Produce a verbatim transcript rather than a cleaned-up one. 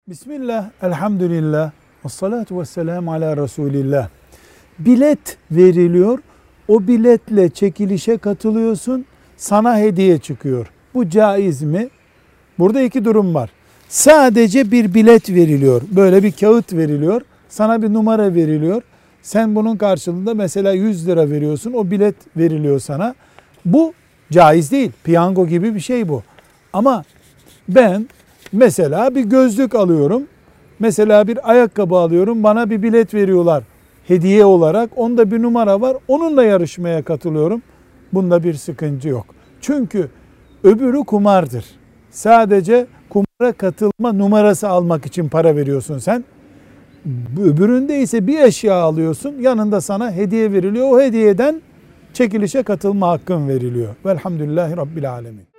Bismillah, elhamdülillah, ve salatu ve selamu ala Resulillah. Bilet veriliyor, o biletle çekilişe katılıyorsun, sana hediye çıkıyor. Bu caiz mi? Burada iki durum var. Sadece bir bilet veriliyor, böyle bir kağıt veriliyor, sana bir numara veriliyor. Sen bunun karşılığında mesela yüz lira veriyorsun, o bilet veriliyor sana. Bu caiz değil, piyango gibi bir şey bu. Ama ben mesela bir gözlük alıyorum, mesela bir ayakkabı alıyorum, bana bir bilet veriyorlar hediye olarak, onda bir numara var, onunla yarışmaya katılıyorum. Bunda bir sıkıntı yok. Çünkü öbürü kumardır. Sadece kumara katılma numarası almak için para veriyorsun sen. Öbüründe ise bir eşya alıyorsun, yanında sana hediye veriliyor. O hediyeden çekilişe katılma hakkın veriliyor. Velhamdülillahi Rabbil Alemin.